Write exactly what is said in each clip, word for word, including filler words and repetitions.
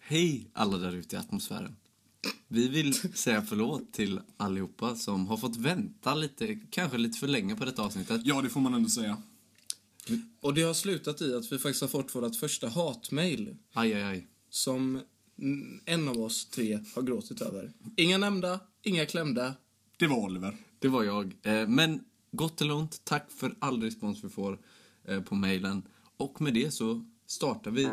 Hej alla där ute i atmosfären. Vi vill säga förlåt till allihopa som har fått vänta lite, kanske lite för länge på detta avsnittet. Ja, det får man ändå säga. Och det har slutat i att vi faktiskt har fått vårt första hatmail. Aj, aj, aj. Som en av oss tre har gråtit över. Inga nämnda, inga klämda. Det var Oliver. Det var jag. Men gott eller ont, tack för all respons vi får på mailen. Och med det så startar vi.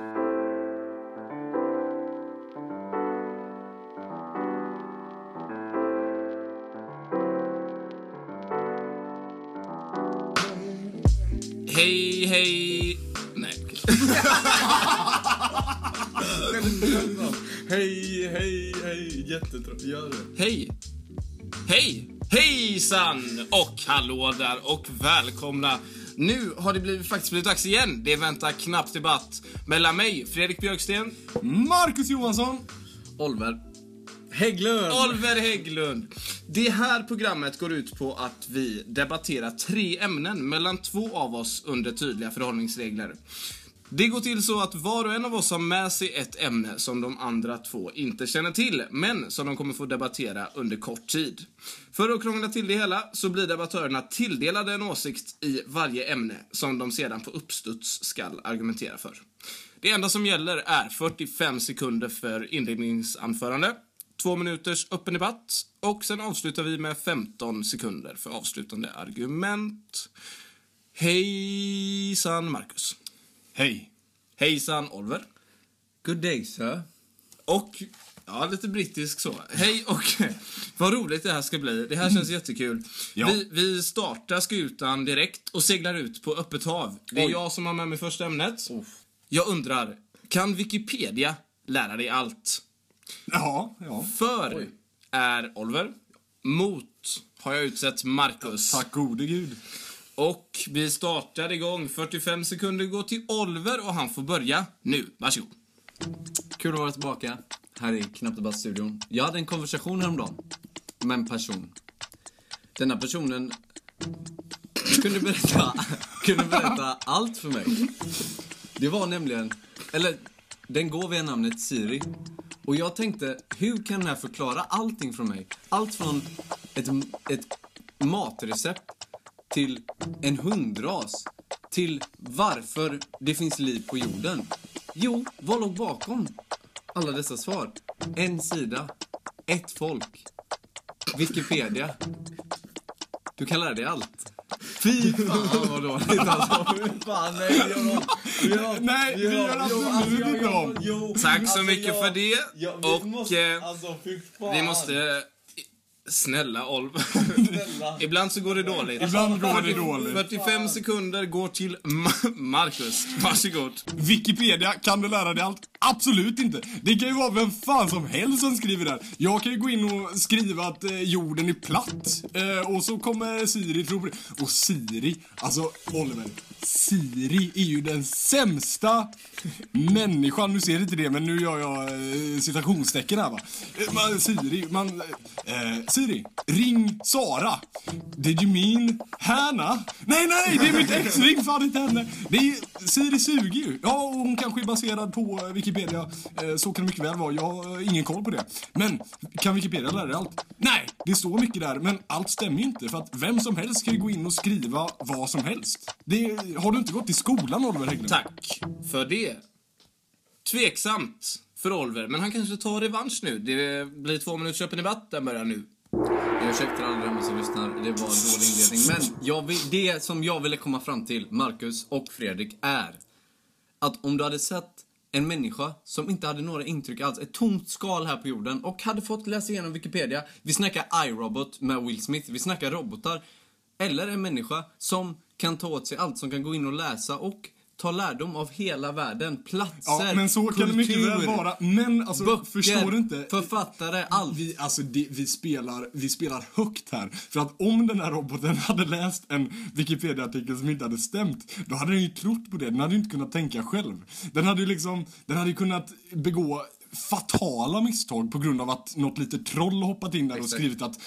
Hej, hej. Nej, okej. Hej, hej, hej. Jättetråkigt. Gör det. Hej. Hej. Hejsan och hallå där och välkomna. Nu har det blivit, faktiskt blivit dags igen. Det väntar knappt debatt mellan mig, Fredrik Björksten, Marcus Johansson. Oliver Hägglund. Oliver Hägglund. Det här programmet går ut på att vi debatterar tre ämnen mellan två av oss under tydliga förhållningsregler. Det går till så att var och en av oss har med sig ett ämne som de andra två inte känner till, men som de kommer få debattera under kort tid. För att krångla till det hela så blir debattörerna tilldelade en åsikt i varje ämne som de sedan på uppstuds ska argumentera för. Det enda som gäller är fyrtiofem sekunder för inledningsanförande, två minuters öppen debatt och sen avslutar vi med femton sekunder för avslutande argument. Hejsan Marcus. Hej. Hejsan Oliver. Good day, sir. Och, ja, lite brittisk så. Hej och vad roligt det här ska bli. Det här känns jättekul. Ja. Vi, vi startar skutan direkt och seglar ut på öppet hav. Det är Oj. jag som har med mig första ämnet. Oh. Jag undrar, kan Wikipedia lära dig allt? Ja, ja. För Oj. är Oliver. Mot har jag utsett Marcus. Tack gode gud. Och vi startar igång. fyrtiofem sekunder går till Oliver och han får börja nu. Varsågod. Kul att vara tillbaka här i Knappt Debatt-studion. Jag hade en konversation häromdagen med en person. Denna personen kunde berätta, kunde berätta allt för mig. Det var nämligen, eller den går via namnet Siri. Och jag tänkte, hur kan den här förklara allting för mig? Allt från ett, ett matrecept till en hundras, till varför det finns liv på jorden. Jo, vad låg bakom alla dessa svar? En sida, ett folk, Wikipedia. Du kan lära dig allt. Fy fan vad dåligt alltså. Fy fan, nej, vi gör om. Vi gör om. Nej, vi gör absolut inte om. Jo, Tack så alltså, mycket jag- för det. Ja, vi och måste, eh, alltså, fy fan. vi måste... Snälla Oliver. Snälla. Ibland så går det dåligt. Ibland går det dåligt. fyrtiofem sekunder går till Ma- Marcus. Varsågod. Wikipedia, kan du lära dig allt? Absolut inte. Det kan ju vara vem fan som helst som skriver där. Jag kan ju gå in och skriva att eh, jorden är platt. Eh, och så kommer Siri tro på det. Och Siri, alltså Oliver, Siri är ju den sämsta människan. Nu ser inte det, men nu gör jag eh, citationstecken här va. Eh, man, Siri, man... Eh, Siri, ring Sara. Did you mean Hanna? Nej, nej, det är mitt ex. Ring fan inte henne. Det är, Siri suger ju. Ja, och hon kanske är baserad på eh, Wikipedia. Eh, så kan det mycket väl vara. Jag har ingen koll på det. Men kan Wikipedia lära dig allt? Nej, det står mycket där. Men allt stämmer ju inte. För att vem som helst kan ju gå in och skriva vad som helst. Det, har du inte gått i skolan, Oliver Hägglund? Tack för det. Tveksamt för Oliver, men han kanske tar revansch nu. Det blir två minuters öppen debatt. Den börjar nu. Jag ursäktar alla de som lyssnar, det var en dålig inledning. Men jag vill, det som jag ville komma fram till, Marcus och Fredrik, är att om du hade sett en människa som inte hade några intryck alls, ett tomt skal här på jorden, och hade fått läsa igenom Wikipedia. Vi snackar iRobot med Will Smith, vi snackar robotar. Eller en människa som kan ta åt sig allt, som kan gå in och läsa och ta lärdom av hela världen, platser, Ja, men så kan det mycket väl vara. Men alltså, böcker, förstår du inte? författare, allt. Vi, alltså, det, vi, spelar, vi spelar högt här. För att om den här roboten hade läst en Wikipedia-artikel som inte hade stämt, då hade den ju trott på det. Den hade ju inte kunnat tänka själv. Den hade ju liksom, den hade ju kunnat begå fatala misstag på grund av att något litet troll hoppat in där och Exakt. skrivit att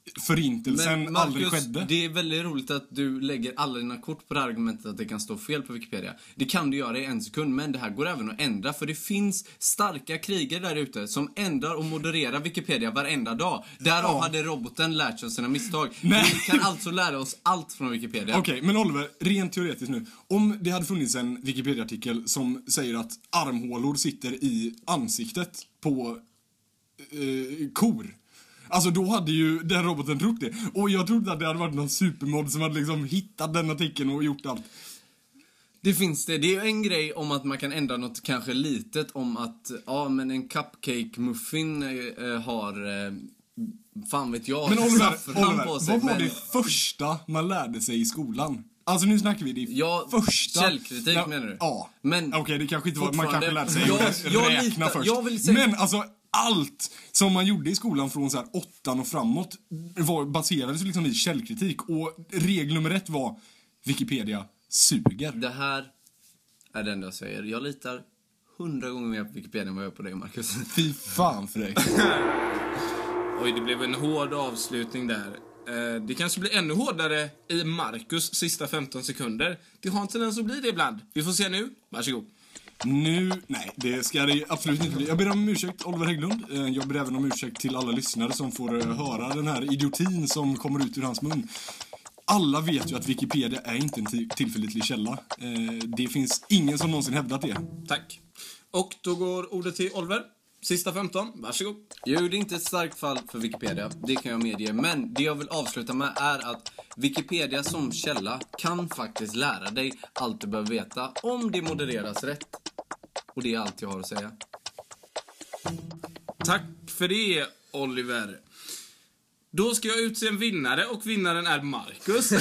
förintelsen Men aldrig Marcus, skedde. det är väldigt roligt att du lägger alla dina kort på det argumentet att det kan stå fel på Wikipedia. Det kan du göra i en sekund, men det här går även att ändra. För det finns starka krigare där ute som ändrar och modererar Wikipedia varenda dag. Därav Ja. hade roboten lärt sig sina misstag. Nej. Vi kan alltså lära oss allt från Wikipedia. Okej, men Oliver, rent teoretiskt nu. Om det hade funnits en Wikipedia-artikel som säger att armhålor sitter i ansiktet på eh, kor. Alltså då hade ju den roboten trott det. Och jag trodde att det hade varit någon supermod som hade liksom hittat den artikeln och gjort allt. Det finns det. Det är ju en grej om att man kan ändra något kanske litet om att, ja men en cupcake-muffin eh, har, eh, fan vet jag, Men Oliver, saffran Oliver på sig. vad var men... det första man lärde sig i skolan? Alltså nu snackar vi det Ja, första... källkritik ja, menar du? Ja. Men Okej, det kanske inte var... Man kanske lärde sig jag, att jag räkna litar, först. Jag vill säga... Men alltså, allt som man gjorde i skolan från så här åttan och framåt var, baserades liksom i källkritik. Och regel nummer ett var Wikipedia suger. Det här är det enda jag säger. Jag litar hundra gånger mer på Wikipedia än vad jag gör på dig, Marcus. Fy fan för dig. Oj, det blev en hård avslutning där. Eh, det kanske blir ännu hårdare i Marcus sista femton sekunder. Det har en tendens att bli det ibland. Vi får se nu. Varsågod. Nu, nej, det ska det absolut inte bli. Jag ber om ursäkt, Oliver Hägglund. Eh, Jag ber även om ursäkt till alla lyssnare som får eh, höra den här idiotin som kommer ut ur hans mun. Alla vet ju att Wikipedia är inte en t- tillförlitlig källa. Eh, Det finns ingen som någonsin hävdat det. Tack. Och då går ordet till Oliver. Sista femton. Varsågod. Jo, det är inte ett starkt fall för Wikipedia, det kan jag medge. Men det jag vill avsluta med är att Wikipedia som källa kan faktiskt lära dig allt du behöver veta om det modereras rätt. Och det är allt jag har att säga. Tack för det, Oliver. Då ska jag utse en vinnare och vinnaren är Marcus.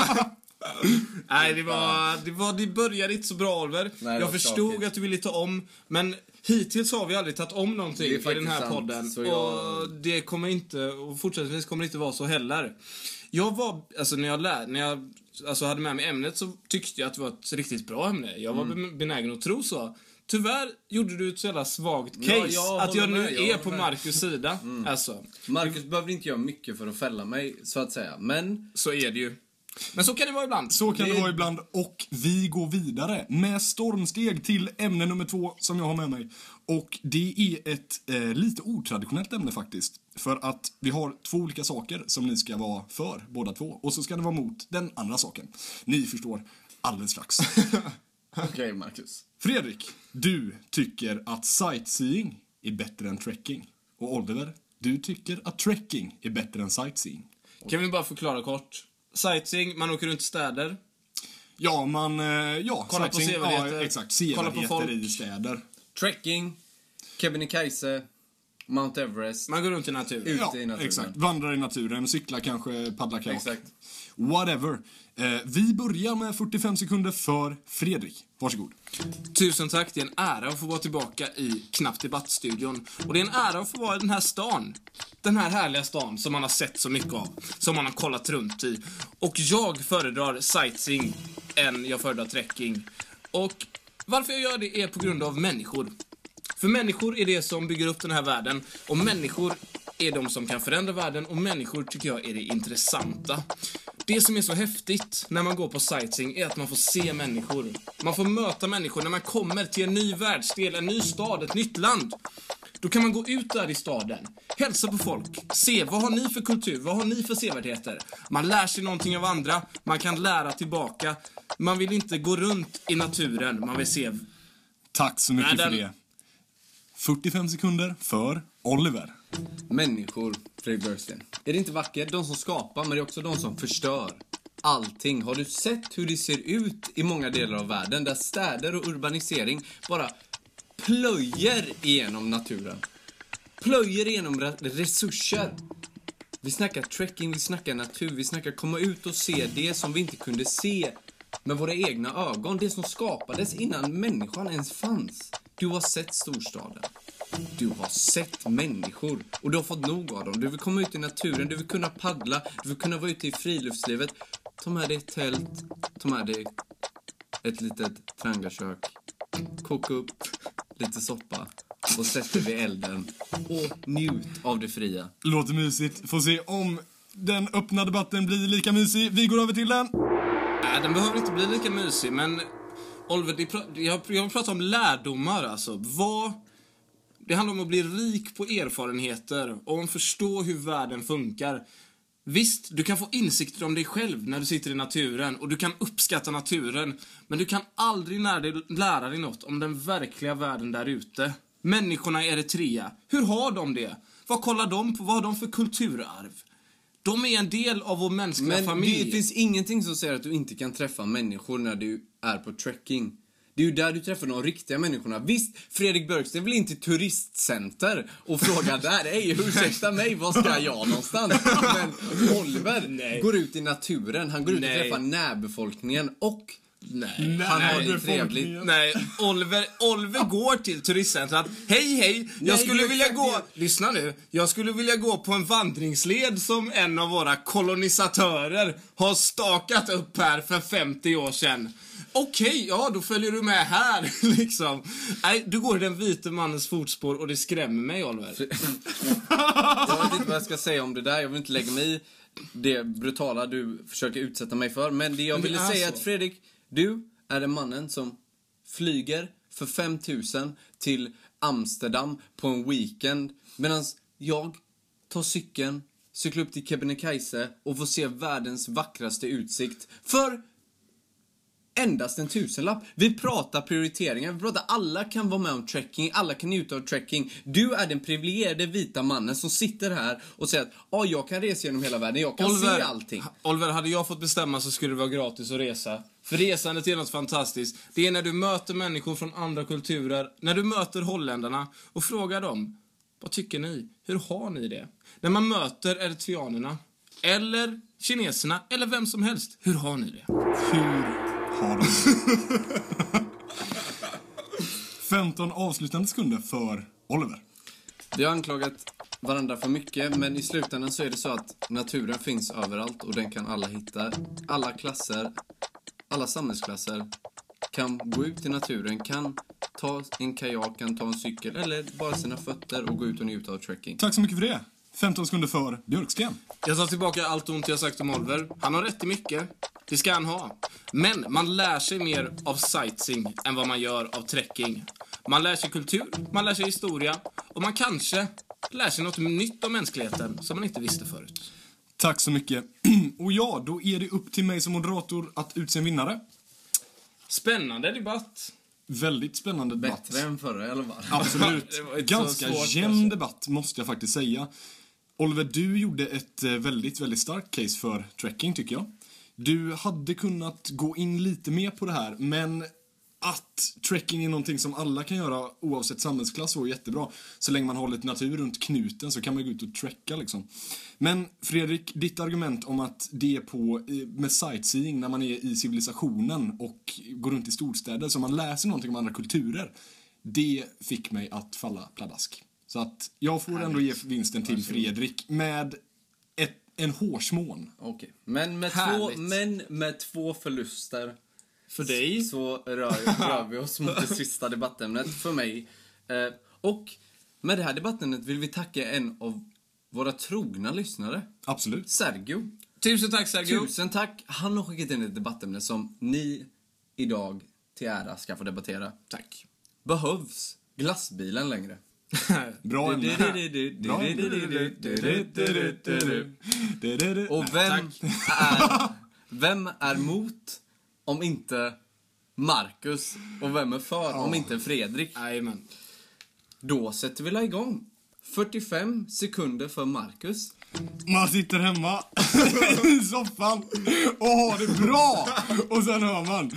Nej, det var, det var det började inte så bra, Oliver. Nej, det jag var förstod tråkigt. att du ville ta om, men hittills har vi aldrig tagit om någonting Det är i faktiskt den här sant, podden. så jag- Och det kommer inte, och fortsättningsvis kommer det inte vara så heller. Jag var, alltså när jag lär, när jag alltså hade med mig ämnet så tyckte jag att det var ett riktigt bra ämne. Jag var Mm. benägen att tro så. Tyvärr gjorde du ett så jävla svagt case Ja, jag att jag håller nu med, jag är håller på med. Marcus sida. Alltså, Marcus behöver inte göra mycket för att fälla mig, så att säga. Men så är det ju. Men så kan det vara ibland. Så kan det, Det- vara ibland, och vi går vidare med stormsteg till ämne nummer två som jag har med mig. Och det är ett eh, lite otraditionellt ämne faktiskt. För att vi har två olika saker som ni ska vara för, båda två. Och så ska det vara mot den andra saken. Ni förstår alldeles strax. okej, okay, Marcus. Fredrik, du tycker att sightseeing är bättre än trekking. Och Oliver, du tycker att trekking är bättre än sightseeing. Kan vi bara förklara kort? Sightseeing, man åker runt städer. Ja, man... eh, Ja, Kolla på sightseeing, sevärdheter. Ja, exakt. Kolla på Sevärdheter folk. i städer. Trekking, Kebnekaise, Mount Everest. Man går runt i naturen. Ut. Ja, i naturen. exakt. Vandrar i naturen, cyklar kanske, paddlar kajak. Exakt. Whatever. Eh, vi börjar med fyrtiofem sekunder för Fredrik. Varsågod. Tusen tack, det är en ära att få vara tillbaka i Knappt Debattstudion. Och det är en ära att få vara i den här stan. Den här härliga stan som man har sett så mycket av. Som man har kollat runt i. Och jag föredrar sightseeing än jag föredrar trekking. Och varför jag gör det är på grund av människor. För människor är det som bygger upp den här världen. Och människor är de som kan förändra världen. Och människor tycker jag är det intressanta. Det som är så häftigt när man går på sightseeing är att man får se människor. Man får möta människor när man kommer till en ny världsdel, en ny stad, ett nytt land. Då kan man gå ut där i staden, hälsa på folk, se vad har ni för kultur, vad har ni för sevärdheter. Man lär sig någonting av andra, man kan lära tillbaka. Man vill inte gå runt i naturen, man vill se. Tack så mycket Nej, den- för det. fyrtiofem sekunder för Oliver. Människor, Fredrik Björksten. Är det inte vackert? De som skapar, men det är också de som förstör. Allting. Har du sett hur det ser ut i många delar av världen där städer och urbanisering bara plöjer igenom naturen? Plöjer igenom re- resurser. Vi snackar trekking, vi snackar natur, vi snackar komma ut och se det som vi inte kunde se med våra egna ögon. Det som skapades innan människan ens fanns. Du har sett storstaden. Du har sett människor och du har fått nog av dem. Du vill komma ut i naturen, du vill kunna paddla, du vill kunna vara ute i friluftslivet. Ta med dig ett tält, ta med dig ett litet trangakök, koka upp lite soppa och sätt dig vid elden och njut av det fria. Låter mysigt. Får se om den öppna debatten blir lika mysig. Vi går över till den. Nej, den behöver inte bli lika mysig, men Oliver, det pra- jag, jag vill prata om lärdomar alltså. Vad... Det handlar om att bli rik på erfarenheter och om att förstå hur världen funkar. Visst, du kan få insikter om dig själv när du sitter i naturen och du kan uppskatta naturen, men du kan aldrig lära dig, lära dig något om den verkliga världen där ute. Människorna i Eritrea, hur har de det? Vad kollar de på? Vad har de för kulturarv? De är en del av vår mänskliga Men familj. det finns ingenting som säger att du inte kan träffa människor när du är på trekking. Det är ju där du träffar de riktiga människorna. Visst, Fredrik Björksten vill inte turistcenter och fråga där, hej, ursäkta mig, vad ska jag någonstans? Men Oliver Nej. går ut i naturen, han går ut Nej. och träffar närbefolkningen och Nej. han har det Nej, trevligt. Nej, Oliver, Oliver går till turistcentret. Hej, hej, jag Nej, skulle det är vilja exakt gå... det. Lyssna nu. Jag skulle vilja gå på en vandringsled som en av våra kolonisatörer har stakat upp här för femtio år sedan. Okej, ja, då följer du med här, liksom. Nej, du går i den vita mannens fotspår och det skrämmer mig, Oliver. Jag vet inte vad jag ska säga om det där. Jag vill inte lägga mig i det brutala du försöker utsätta mig för. Men det jag Men det ville är säga så. att Fredrik, du är den mannen som flyger för fem tusen till Amsterdam på en weekend. Medan jag tar cykeln, cyklar upp till Kebnekaise och får se världens vackraste utsikt. För endast en tusenlapp. Vi pratar prioriteringar. Vi pratar alla kan vara med om trekking. Alla kan njuta av trekking. Du är den privilegierade vita mannen som sitter här och säger att ja, jag kan resa genom hela världen. Jag kan se allting. Oliver, hade jag fått bestämma så skulle det vara gratis att resa. För resandet är något fantastiskt. Det är när du möter människor från andra kulturer. När du möter holländarna och frågar dem, vad tycker ni? Hur har ni det? När man möter eritreanerna eller kineserna eller vem som helst. Hur har ni det? Hur har de femton avslutande sekunder för Oliver. Vi har anklagat varandra för mycket, men i slutändan så är det så att naturen finns överallt och den kan alla hitta. Alla klasser, alla samhällsklasser kan gå ut i naturen, kan ta en kajak, kan ta en cykel eller bara sina fötter och gå ut och njuta av trekking. Tack så mycket för det. femton sekunder för Björksten. Jag tar tillbaka allt ont jag sagt om Oliver. Han har rätt i mycket. Det ska han ha. Men man lär sig mer av sightseeing än vad man gör av trekking. Man lär sig kultur, man lär sig historia och man kanske lär sig något nytt om mänskligheten som man inte visste förut. Tack så mycket. Och ja, då är det upp till mig som moderator att utse en vinnare. Spännande debatt. Väldigt spännande debatt. Bättre än förra i alla fall. Absolut. Det var inte så Ganska svårt, jämn kanske. debatt måste jag faktiskt säga. Oliver, du gjorde ett eh, väldigt, väldigt starkt case för trekking tycker jag. Du hade kunnat gå in lite mer på det här, men att trekking är någonting som alla kan göra oavsett samhällsklass var jättebra. Så länge man håller ett natur runt knuten så kan man gå ut och trekka liksom. Men Fredrik, ditt argument om att det är på med sightseeing när man är i civilisationen och går runt i storstäder så man läser någonting om andra kulturer, det fick mig att falla pladask. Så att jag får ändå ge vinsten till Fredrik med ett, en hårsmån. Okej. Men med två, Härligt. men med två förluster För dig? så rör, rör vi oss mot det sista debattämnet för mig. Eh, och med det här debattämnet vill vi tacka en av våra trogna lyssnare, Absolut. Sergio. Tusen tack, Sergio. Tusen tack. Han har skickat in ett debattämne som ni idag till ära ska få debattera. Tack. Behövs glassbilen längre? Bra ämne. Bra ämne. Och vem är, vem är mot om inte Marcus? Och vem är för om inte Fredrik? Jajamän. Då sätter vi la igång. fyrtiofem sekunder för Marcus. Man sitter hemma i soffan och har det bra. Och sen hör man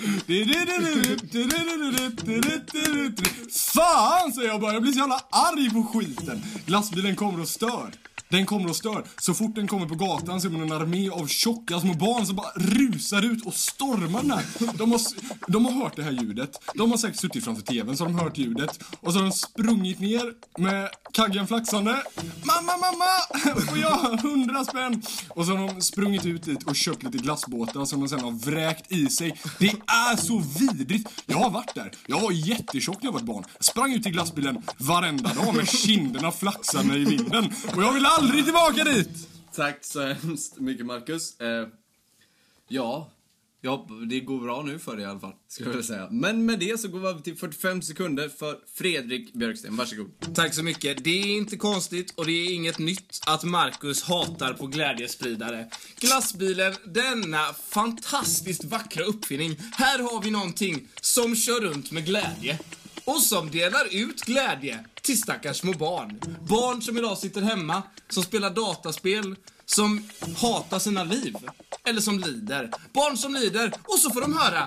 fan, så jag bara, jag blir så jävla arg på skiten. Glassbilen kommer och stör. Den kommer och stör. Så fort den kommer på gatan så är man en armé av tjocka små barn som bara rusar ut och stormar den här. De har, de har hört det här ljudet. De har säkert suttit framför tvn så har de hört ljudet. Och så har de sprungit ner med kaggen flaxande. Mamma, mamma! Och jag har hundra spänn. Och så har de sprungit ut dit och köpt lite glassbåtar som de sen har vräkt i sig. Det är så vidrigt. Jag har varit där. Jag var jättetjock när jag var ett barn. Jag sprang ut till glassbilen varenda dag med kinderna flaxande i vinden. Och jag vill aldrig tillbaka dit! Tack så hemskt mycket, Marcus. Eh, ja, ja, det går bra nu för dig i alla fall, skulle jag vilja säga. Men med det så går vi över till fyrtiofem sekunder för Fredrik Björksten. Varsågod. Tack så mycket. Det är inte konstigt och det är inget nytt att Marcus hatar på glädjespridare. Glassbilen, denna fantastiskt vackra uppfinning. Här har vi någonting som kör runt med glädje. Och som delar ut glädje till stackars små barn. Barn som idag sitter hemma, som spelar dataspel, som hatar sina liv. Eller som lider. Barn som lider, och så får de höra.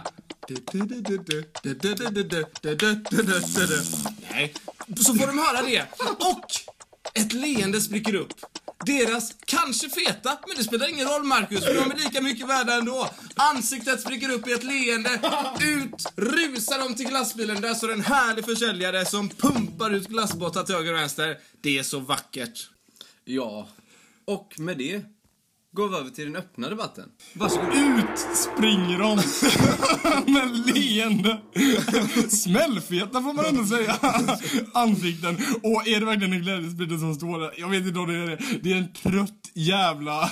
Nej, så får de höra det. Och ett leende spricker upp. Deras kanske feta, men det spelar ingen roll, Marcus, för de är lika mycket värda ändå. Ansiktet spricker upp i ett leende. Ut rusar de till glassbilen. Där står en härlig försäljare som pumpar ut glassbåtar till höger och vänster. Det är så vackert. Ja, och med det går vi över till den öppna debatten. Varsågod. Ut springer de med leende. Smällfeta får man ändå säga. Ansikten. Och är det verkligen en glädjespridare som står där? Jag vet inte om det är det. Det är en trött jävla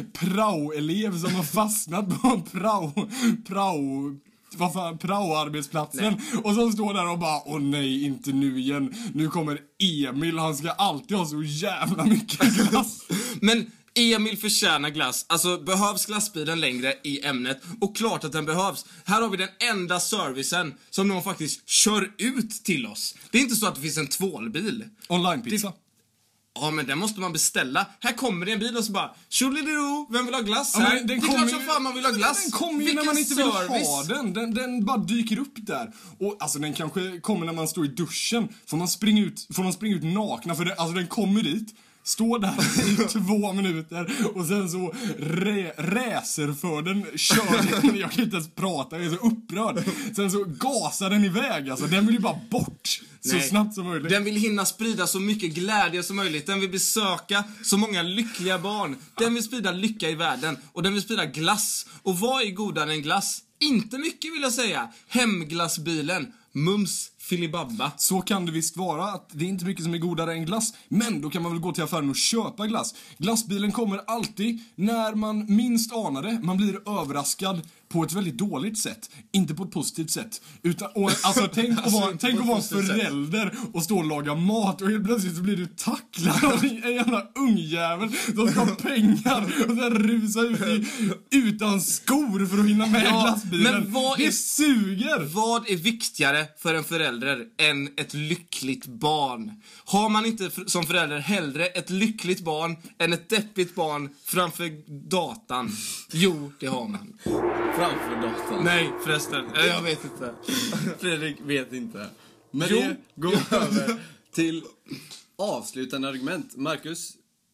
prao-elev som har fastnat på en prao... prao... vad fan, prao-arbetsplatsen. Och som står där och bara, åh nej, inte nu igen. Nu kommer Emil, han ska alltid ha så jävla mycket glass. Men Emil förtjänar glass. Alltså, behövs glassbilen längre i ämnet? Och klart att den behövs. Här har vi den enda servicen som någon faktiskt kör ut till oss. Det är inte så att det finns en tvålbil. Online-pizza. Ja, men den måste man beställa. Här kommer det en bil och så bara, tjolidido, vem vill ha glass Ja, här? men den det är kommer klart ju- som fan man vill ha glass. Den kommer ju Vilken när man inte service. vill ha den. den. Den bara dyker upp där. Och alltså den kanske kommer när man står i duschen. Får man springa ut, får man springa ut nakna. För det, alltså den kommer dit, står där i två minuter. Och sen så rä, räser för den, kör den. Jag kan inte ens prata, jag är så upprörd. Sen så gasar den iväg. Alltså den vill ju bara bort. Så Nej. snabbt som möjligt. Den vill hinna sprida så mycket glädje som möjligt. Den vill besöka så många lyckliga barn. Den vill sprida lycka i världen. Och den vill sprida glass. Och vad är godare än glass? Inte mycket, vill jag säga. Hemglassbilen. Mums filibabba. Så kan det visst vara, att det är inte mycket som är godare än glass. Men då kan man väl gå till affären och köpa glass. Glassbilen kommer alltid när man minst anar det. Man blir överraskad på ett väldigt dåligt sätt. Inte på ett positivt sätt. Utan, och, alltså tänk att vara, tänk att vara en förälder och stå och laga mat. Och helt plötsligt så blir du tacklad av en jävla ungjävel som ska ha pengar. Och sen rusa ut i, utan skor för att hinna med Ja, glassbilen. men vad det är- suger! Vad är viktigare för en förälder än ett lyckligt barn? Har man inte f- som förälder hellre ett lyckligt barn än ett deppigt barn framför datan? Jo, det har man. Framför datorn. Nej, förresten. Eh, Jag vet inte. Fredrik vet inte. Men Jo. det går över till avslutande argument. Marcus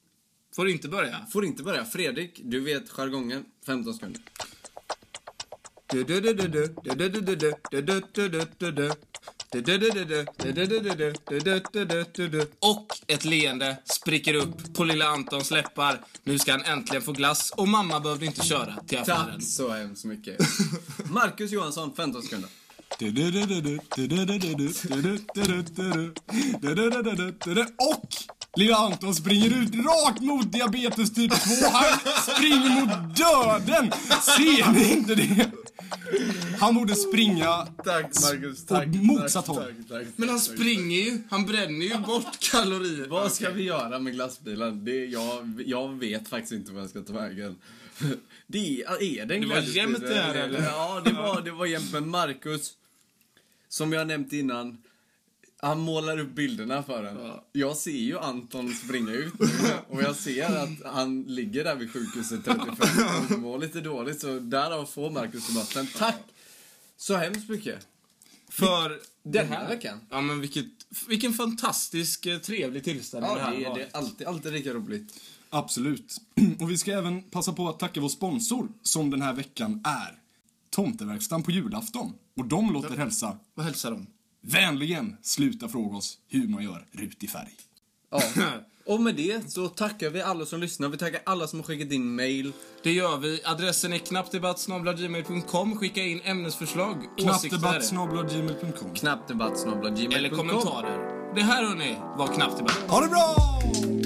Får inte börja. får inte börja. Fredrik, du vet jargongen. femton sekunder. Och ett leende spricker upp på lilla Antons läppar. Nu ska han äntligen få glass. Och mamma behövde inte köra till affären. Tack så hemskt mycket. Marcus Johansson, femton sekunder. Och lilla Anton springer ut rakt mot diabetes typ två. Han springer mot döden. Ser ni inte det? Han borde springa Tack Marcus, tack, åt motsatt tack, håll. Tack, tack, Men han springer ju. Han bränner ju bort kalorier. Vad ska vi göra med glassbilen? Det, jag, jag vet faktiskt inte vad jag ska ta vägen. Det är, är det en Det var glassbil? jämnt det här, eller? Ja, det var, det var jämnt. Men Marcus, som jag nämnt innan, han målar upp bilderna för en. Ja. Jag ser ju Anton springa ut. Och jag ser att han ligger där vid sjukhuset trettiofem och mår lite dåligt. Så därav får Marcus debatten. Tack så hemskt mycket. För Den här veckan. Ja, men vilket, vilken fantastisk eh, trevlig tillställning Ja, det här det är var. det. Alltid, alltid lika roligt. Absolut. Och vi ska även passa på att tacka vår sponsor, som den här veckan är Tomteverkstan på julafton. Och de låter hälsa: Vad hälsar de? vänligen sluta fråga oss hur man gör rut i färg. Ja. Och med det så tackar vi alla som lyssnar. Vi tackar alla som har skickat in mail. Det gör vi. Adressen är knappdebatt snabel-a gmail punkt com. Skicka in ämnesförslag, Knappdebatt åsikter snabel-a gmail punkt com. Knappdebatt snabel-a gmail punkt com. eller kommentarer. Det här, hörni, var Knappdebatt. Ha det bra!